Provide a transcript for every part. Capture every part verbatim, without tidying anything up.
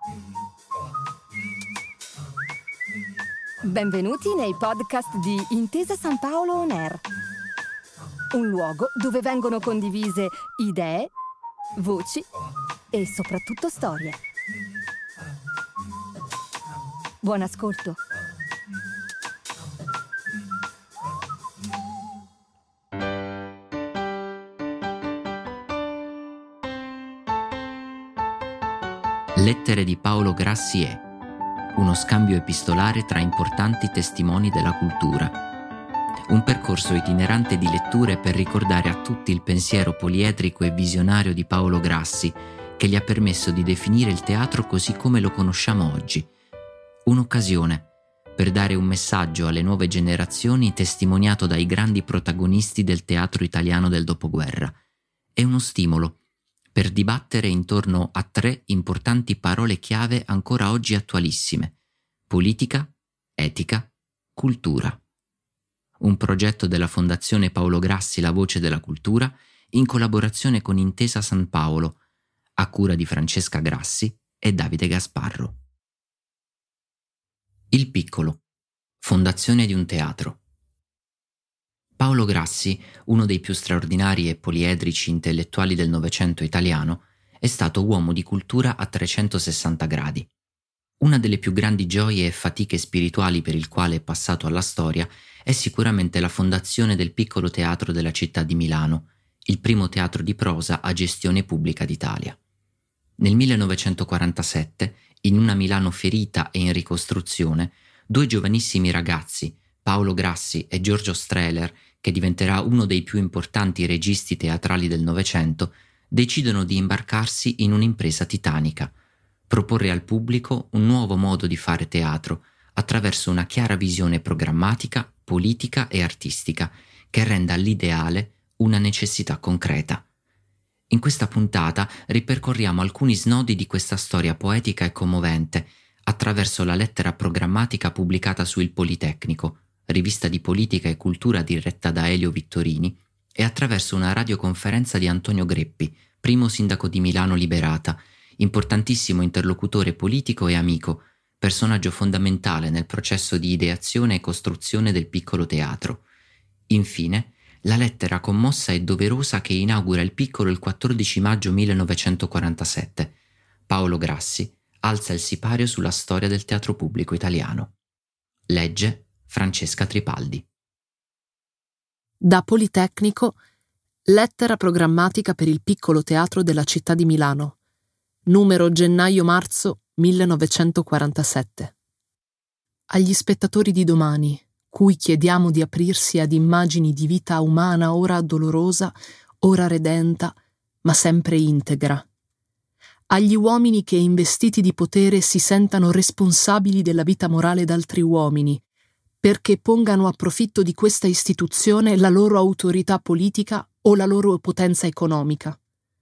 Benvenuti nei podcast di Intesa San Paolo On Air, un luogo dove vengono condivise idee, voci e soprattutto storie. Buon ascolto. Lettere di Paolo Grassi è uno scambio epistolare tra importanti testimoni della cultura, un percorso itinerante di letture per ricordare a tutti il pensiero poliedrico e visionario di Paolo Grassi, che gli ha permesso di definire il teatro così come lo conosciamo oggi. Un'occasione per dare un messaggio alle nuove generazioni testimoniato dai grandi protagonisti del teatro italiano del dopoguerra, e uno stimolo per dibattere intorno a tre importanti parole chiave ancora oggi attualissime: politica, etica, cultura. Un progetto della Fondazione Paolo Grassi La Voce della Cultura in collaborazione con Intesa San Paolo, a cura di Francesca Grassi e Davide Gasparro. Il Piccolo, fondazione di un teatro. Paolo Grassi, uno dei più straordinari e poliedrici intellettuali del Novecento italiano, è stato uomo di cultura a trecentosessanta gradi. Una delle più grandi gioie e fatiche spirituali per il quale è passato alla storia è sicuramente la fondazione del Piccolo Teatro della città di Milano, il primo teatro di prosa a gestione pubblica d'Italia. Nel millenovecentoquarantasette, in una Milano ferita e in ricostruzione, due giovanissimi ragazzi, Paolo Grassi e Giorgio Strehler, che diventerà uno dei più importanti registi teatrali del Novecento, decidono di imbarcarsi in un'impresa titanica: proporre al pubblico un nuovo modo di fare teatro attraverso una chiara visione programmatica, politica e artistica che renda l'ideale una necessità concreta. In questa puntata ripercorriamo alcuni snodi di questa storia poetica e commovente attraverso la lettera programmatica pubblicata su Il Politecnico, rivista di politica e cultura diretta da Elio Vittorini, e attraverso una radioconferenza di Antonio Greppi, primo sindaco di Milano liberata, importantissimo interlocutore politico e amico, personaggio fondamentale nel processo di ideazione e costruzione del piccolo teatro. Infine, la lettera commossa e doverosa che inaugura il Piccolo il quattordici maggio millenovecentoquarantasette. Paolo Grassi alza il sipario sulla storia del teatro pubblico italiano. Legge Francesca Tripaldi. Da Politecnico, lettera programmatica per il Piccolo Teatro della città di Milano, numero gennaio-marzo millenovecentoquarantasette. Agli spettatori di domani, cui chiediamo di aprirsi ad immagini di vita umana ora dolorosa, ora redenta, ma sempre integra. Agli uomini che, investiti di potere, si sentano responsabili della vita morale d'altri uomini, perché pongano a profitto di questa istituzione la loro autorità politica o la loro potenza economica.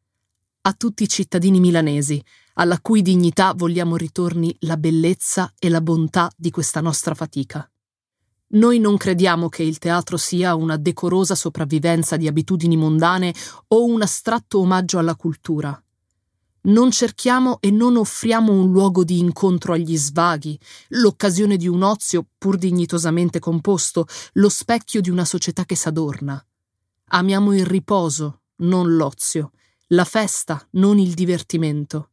A tutti i cittadini milanesi, alla cui dignità vogliamo ritorni la bellezza e la bontà di questa nostra fatica. Noi non crediamo che il teatro sia una decorosa sopravvivenza di abitudini mondane o un astratto omaggio alla cultura. Non cerchiamo e non offriamo un luogo di incontro agli svaghi, l'occasione di un ozio pur dignitosamente composto, lo specchio di una società che s'adorna. Amiamo il riposo, non l'ozio, la festa, non il divertimento.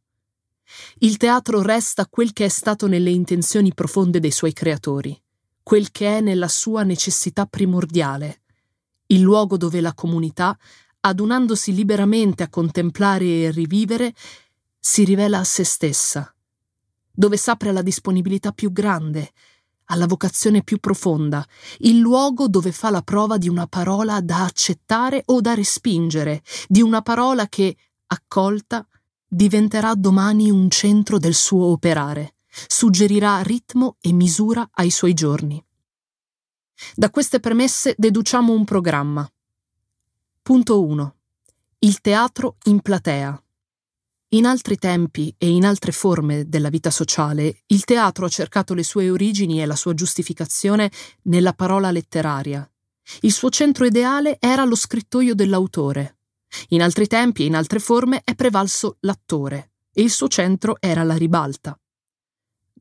Il teatro resta quel che è stato nelle intenzioni profonde dei suoi creatori, quel che è nella sua necessità primordiale, il luogo dove la comunità, adunandosi liberamente a contemplare e rivivere, si rivela a se stessa, dove s'apre alla disponibilità più grande, alla vocazione più profonda, il luogo dove fa la prova di una parola da accettare o da respingere, di una parola che, accolta, diventerà domani un centro del suo operare, suggerirà ritmo e misura ai suoi giorni. Da queste premesse deduciamo un programma. Punto uno. Il teatro in platea. In altri tempi e in altre forme della vita sociale, il teatro ha cercato le sue origini e la sua giustificazione nella parola letteraria. Il suo centro ideale era lo scrittoio dell'autore. In altri tempi e in altre forme è prevalso l'attore, e il suo centro era la ribalta.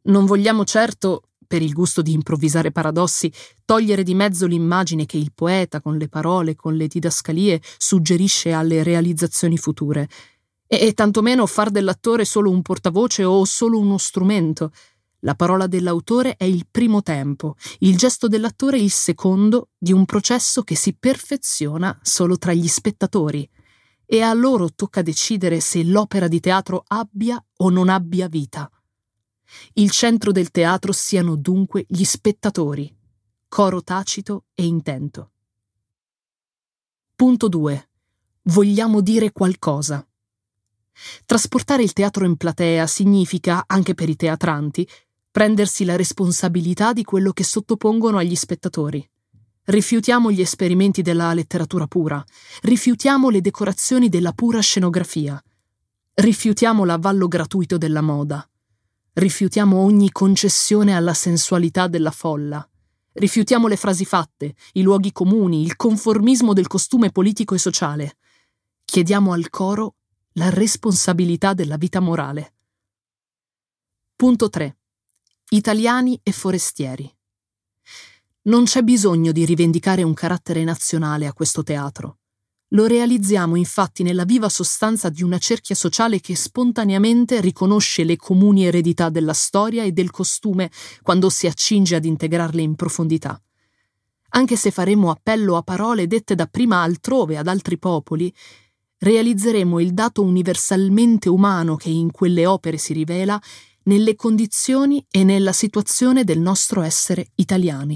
Non vogliamo certo, per il gusto di improvvisare paradossi, togliere di mezzo l'immagine che il poeta, con le parole, con le didascalie, suggerisce alle realizzazioni future, e, e tantomeno far dell'attore solo un portavoce o solo uno strumento. La parola dell'autore è il primo tempo, il gesto dell'attore il secondo di un processo che si perfeziona solo tra gli spettatori, e a loro tocca decidere se l'opera di teatro abbia o non abbia vita. Il centro del teatro siano dunque gli spettatori, coro tacito e intento. Punto due. Vogliamo dire qualcosa. Trasportare il teatro in platea significa, anche per i teatranti, prendersi la responsabilità di quello che sottopongono agli spettatori. Rifiutiamo gli esperimenti della letteratura pura, rifiutiamo le decorazioni della pura scenografia, rifiutiamo l'avallo gratuito della moda, rifiutiamo ogni concessione alla sensualità della folla, rifiutiamo le frasi fatte, i luoghi comuni, il conformismo del costume politico e sociale. Chiediamo al coro la responsabilità della vita morale. Punto tre. Italiani e forestieri. Non c'è bisogno di rivendicare un carattere nazionale a questo teatro. Lo realizziamo infatti nella viva sostanza di una cerchia sociale che spontaneamente riconosce le comuni eredità della storia e del costume quando si accinge ad integrarle in profondità. Anche se faremo appello a parole dette dapprima altrove ad altri popoli, realizzeremo il dato universalmente umano che in quelle opere si rivela nelle condizioni e nella situazione del nostro essere italiani.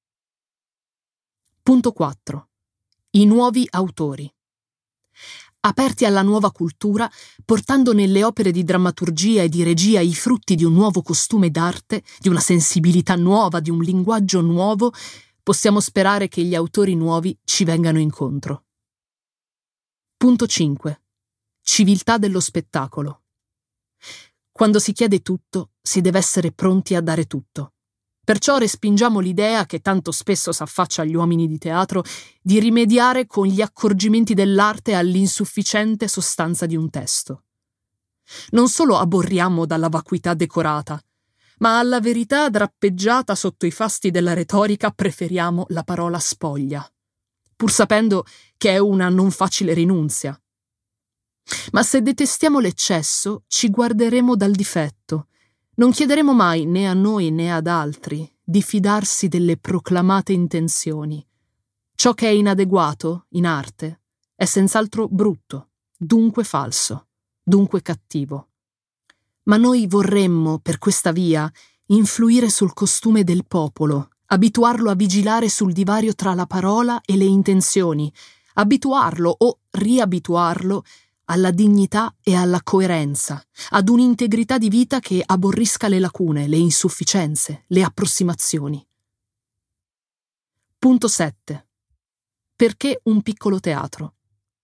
Punto quattro. I nuovi autori. Aperti alla nuova cultura, portando nelle opere di drammaturgia e di regia i frutti di un nuovo costume d'arte, di una sensibilità nuova, di un linguaggio nuovo, possiamo sperare che gli autori nuovi ci vengano incontro. Punto cinque. Civiltà dello spettacolo. Quando si chiede tutto, si deve essere pronti a dare tutto. Perciò respingiamo l'idea, che tanto spesso s'affaccia agli uomini di teatro, di rimediare con gli accorgimenti dell'arte all'insufficiente sostanza di un testo. Non solo aborriamo dalla vacuità decorata, ma alla verità drappeggiata sotto i fasti della retorica preferiamo la parola spoglia, pur sapendo che è una non facile rinunzia. Ma se detestiamo l'eccesso, ci guarderemo dal difetto. Non chiederemo mai, né a noi né ad altri, di fidarsi delle proclamate intenzioni. Ciò che è inadeguato, in arte, è senz'altro brutto, dunque falso, dunque cattivo. Ma noi vorremmo, per questa via, influire sul costume del popolo, abituarlo a vigilare sul divario tra la parola e le intenzioni, abituarlo o riabituarlo alla dignità e alla coerenza, ad un'integrità di vita che aborrisca le lacune, le insufficienze, le approssimazioni. Punto sette. Perché un piccolo teatro?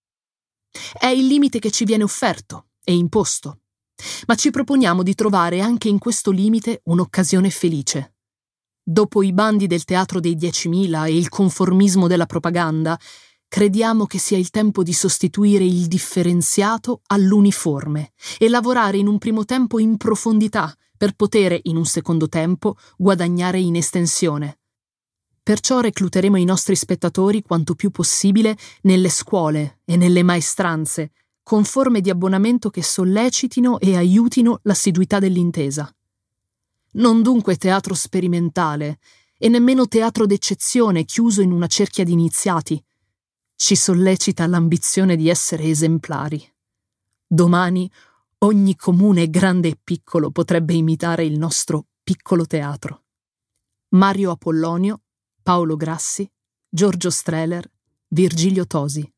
È il limite che ci viene offerto e imposto, ma ci proponiamo di trovare anche in questo limite un'occasione felice. Dopo i bandi del teatro dei diecimila e il conformismo della propaganda, crediamo che sia il tempo di sostituire il differenziato all'uniforme e lavorare in un primo tempo in profondità per poter, in un secondo tempo, guadagnare in estensione. Perciò recluteremo i nostri spettatori quanto più possibile nelle scuole e nelle maestranze, con forme di abbonamento che sollecitino e aiutino l'assiduità dell'intesa. Non dunque teatro sperimentale e nemmeno teatro d'eccezione chiuso in una cerchia di iniziati. Ci sollecita l'ambizione di essere esemplari. Domani ogni comune, grande e piccolo, potrebbe imitare il nostro piccolo teatro. Mario Apollonio, Paolo Grassi, Giorgio Streller, Virgilio Tosi.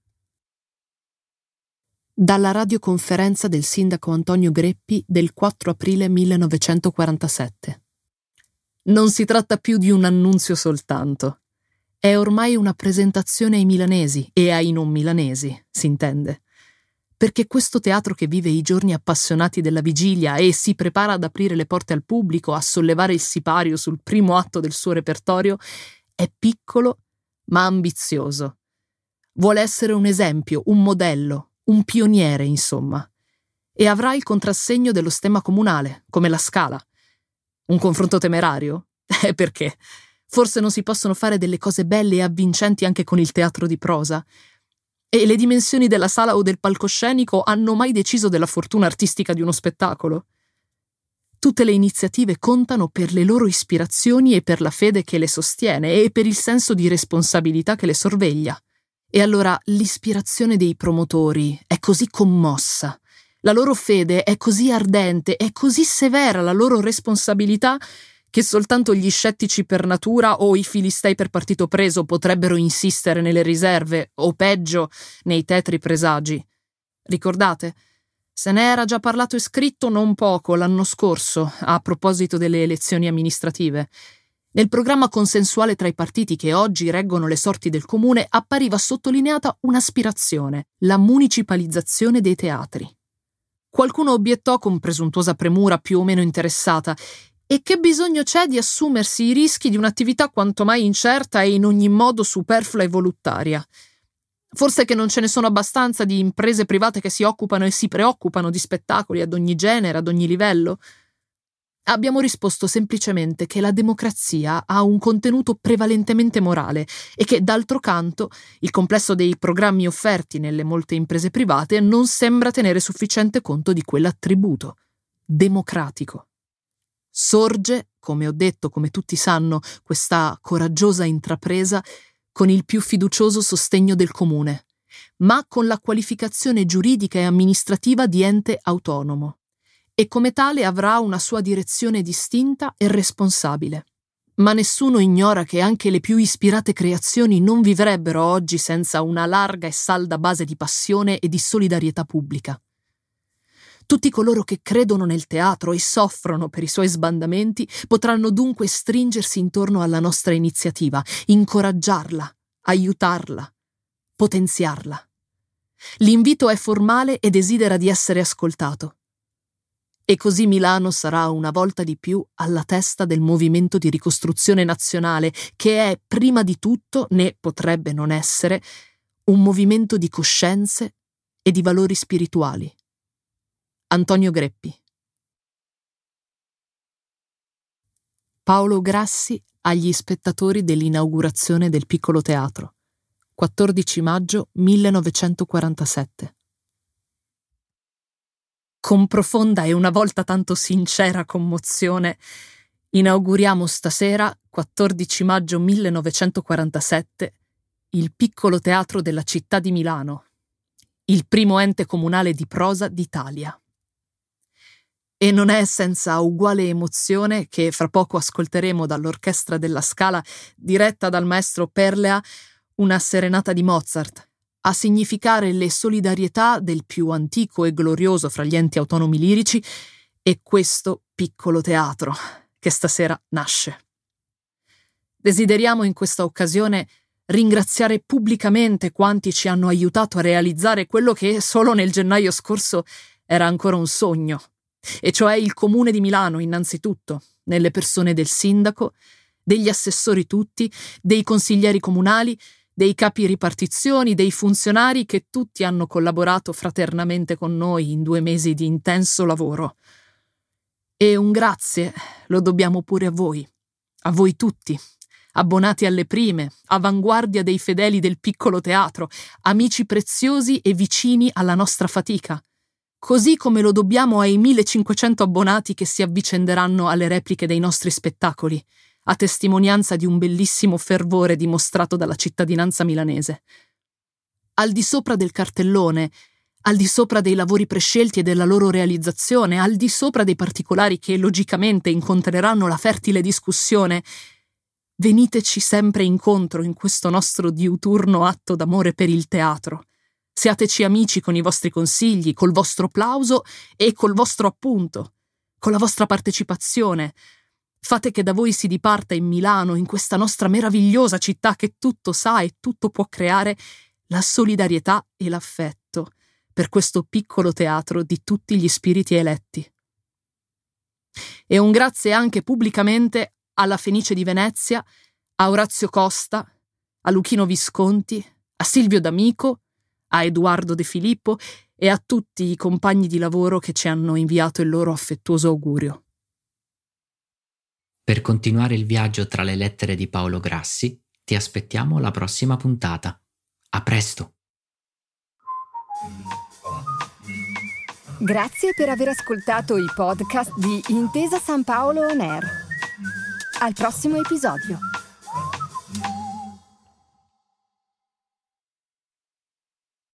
Dalla radioconferenza del sindaco Antonio Greppi del quattro aprile millenovecentoquarantasette. Non si tratta più di un annunzio soltanto. È ormai una presentazione ai milanesi e ai non milanesi, si intende. Perché questo teatro che vive i giorni appassionati della vigilia e si prepara ad aprire le porte al pubblico, a sollevare il sipario sul primo atto del suo repertorio, è piccolo ma ambizioso. Vuole essere un esempio, un modello, un pioniere, insomma. E avrà il contrassegno dello stemma comunale, come la Scala. Un confronto temerario? Eh, perché? Forse non si possono fare delle cose belle e avvincenti anche con il teatro di prosa? E le dimensioni della sala o del palcoscenico hanno mai deciso della fortuna artistica di uno spettacolo? Tutte le iniziative contano per le loro ispirazioni e per la fede che le sostiene e per il senso di responsabilità che le sorveglia. E allora l'ispirazione dei promotori è così commossa, la loro fede è così ardente, è così severa la loro responsabilità che soltanto gli scettici per natura o i filistei per partito preso potrebbero insistere nelle riserve o peggio nei tetri presagi. Ricordate? Se ne era già parlato e scritto non poco l'anno scorso a proposito delle elezioni amministrative. Nel programma consensuale tra i partiti che oggi reggono le sorti del comune appariva sottolineata un'aspirazione, la municipalizzazione dei teatri. Qualcuno obiettò con presuntuosa premura più o meno interessata: e che bisogno c'è di assumersi i rischi di un'attività quanto mai incerta e in ogni modo superflua e volontaria? Forse che non ce ne sono abbastanza di imprese private che si occupano e si preoccupano di spettacoli ad ogni genere, ad ogni livello? Abbiamo risposto semplicemente che la democrazia ha un contenuto prevalentemente morale e che, d'altro canto, il complesso dei programmi offerti nelle molte imprese private non sembra tenere sufficiente conto di quell'attributo democratico. Sorge, come ho detto, come tutti sanno, questa coraggiosa intrapresa con il più fiducioso sostegno del comune, ma con la qualificazione giuridica e amministrativa di ente autonomo, e come tale avrà una sua direzione distinta e responsabile. Ma nessuno ignora che anche le più ispirate creazioni non vivrebbero oggi senza una larga e salda base di passione e di solidarietà pubblica. Tutti coloro che credono nel teatro e soffrono per i suoi sbandamenti potranno dunque stringersi intorno alla nostra iniziativa, incoraggiarla, aiutarla, potenziarla. L'invito è formale e desidera di essere ascoltato. E così Milano sarà una volta di più alla testa del movimento di ricostruzione nazionale, che è prima di tutto, né potrebbe non essere, un movimento di coscienze e di valori spirituali. Antonio Greppi. Paolo Grassi agli spettatori dell'inaugurazione del Piccolo Teatro, quattordici maggio millenovecentoquarantasette. Con profonda e una volta tanto sincera commozione inauguriamo stasera, quattordici maggio millenovecentoquarantasette, il Piccolo Teatro della città di Milano, il primo ente comunale di prosa d'Italia. E non è senza uguale emozione che fra poco ascolteremo dall'Orchestra della Scala, diretta dal maestro Perlea, una serenata di Mozart, a significare le solidarietà del più antico e glorioso fra gli enti autonomi lirici e questo piccolo teatro che stasera nasce. Desideriamo in questa occasione ringraziare pubblicamente quanti ci hanno aiutato a realizzare quello che solo nel gennaio scorso era ancora un sogno, e cioè il Comune di Milano innanzitutto, nelle persone del sindaco, degli assessori tutti, dei consiglieri comunali, dei capi ripartizioni, dei funzionari che tutti hanno collaborato fraternamente con noi in due mesi di intenso lavoro. E un grazie lo dobbiamo pure a voi, a voi tutti, abbonati alle prime, avanguardia dei fedeli del piccolo teatro, amici preziosi e vicini alla nostra fatica, così come lo dobbiamo ai millecinquecento abbonati che si avvicenderanno alle repliche dei nostri spettacoli, a testimonianza di un bellissimo fervore dimostrato dalla cittadinanza milanese. Al di sopra del cartellone, al di sopra dei lavori prescelti e della loro realizzazione, al di sopra dei particolari che logicamente incontreranno la fertile discussione, veniteci sempre incontro in questo nostro diuturno atto d'amore per il teatro. Siateci amici con i vostri consigli, col vostro plauso e col vostro appunto, con la vostra partecipazione. Fate che da voi si diparta in Milano, in questa nostra meravigliosa città che tutto sa e tutto può creare, la solidarietà e l'affetto per questo piccolo teatro di tutti gli spiriti eletti. E un grazie anche pubblicamente alla Fenice di Venezia, a Orazio Costa, a Luchino Visconti, a Silvio D'Amico, a Edoardo De Filippo e a tutti i compagni di lavoro che ci hanno inviato il loro affettuoso augurio. Per continuare il viaggio tra le lettere di Paolo Grassi, ti aspettiamo alla prossima puntata. A presto! Grazie per aver ascoltato i podcast di Intesa San Paolo On Air. Al prossimo episodio.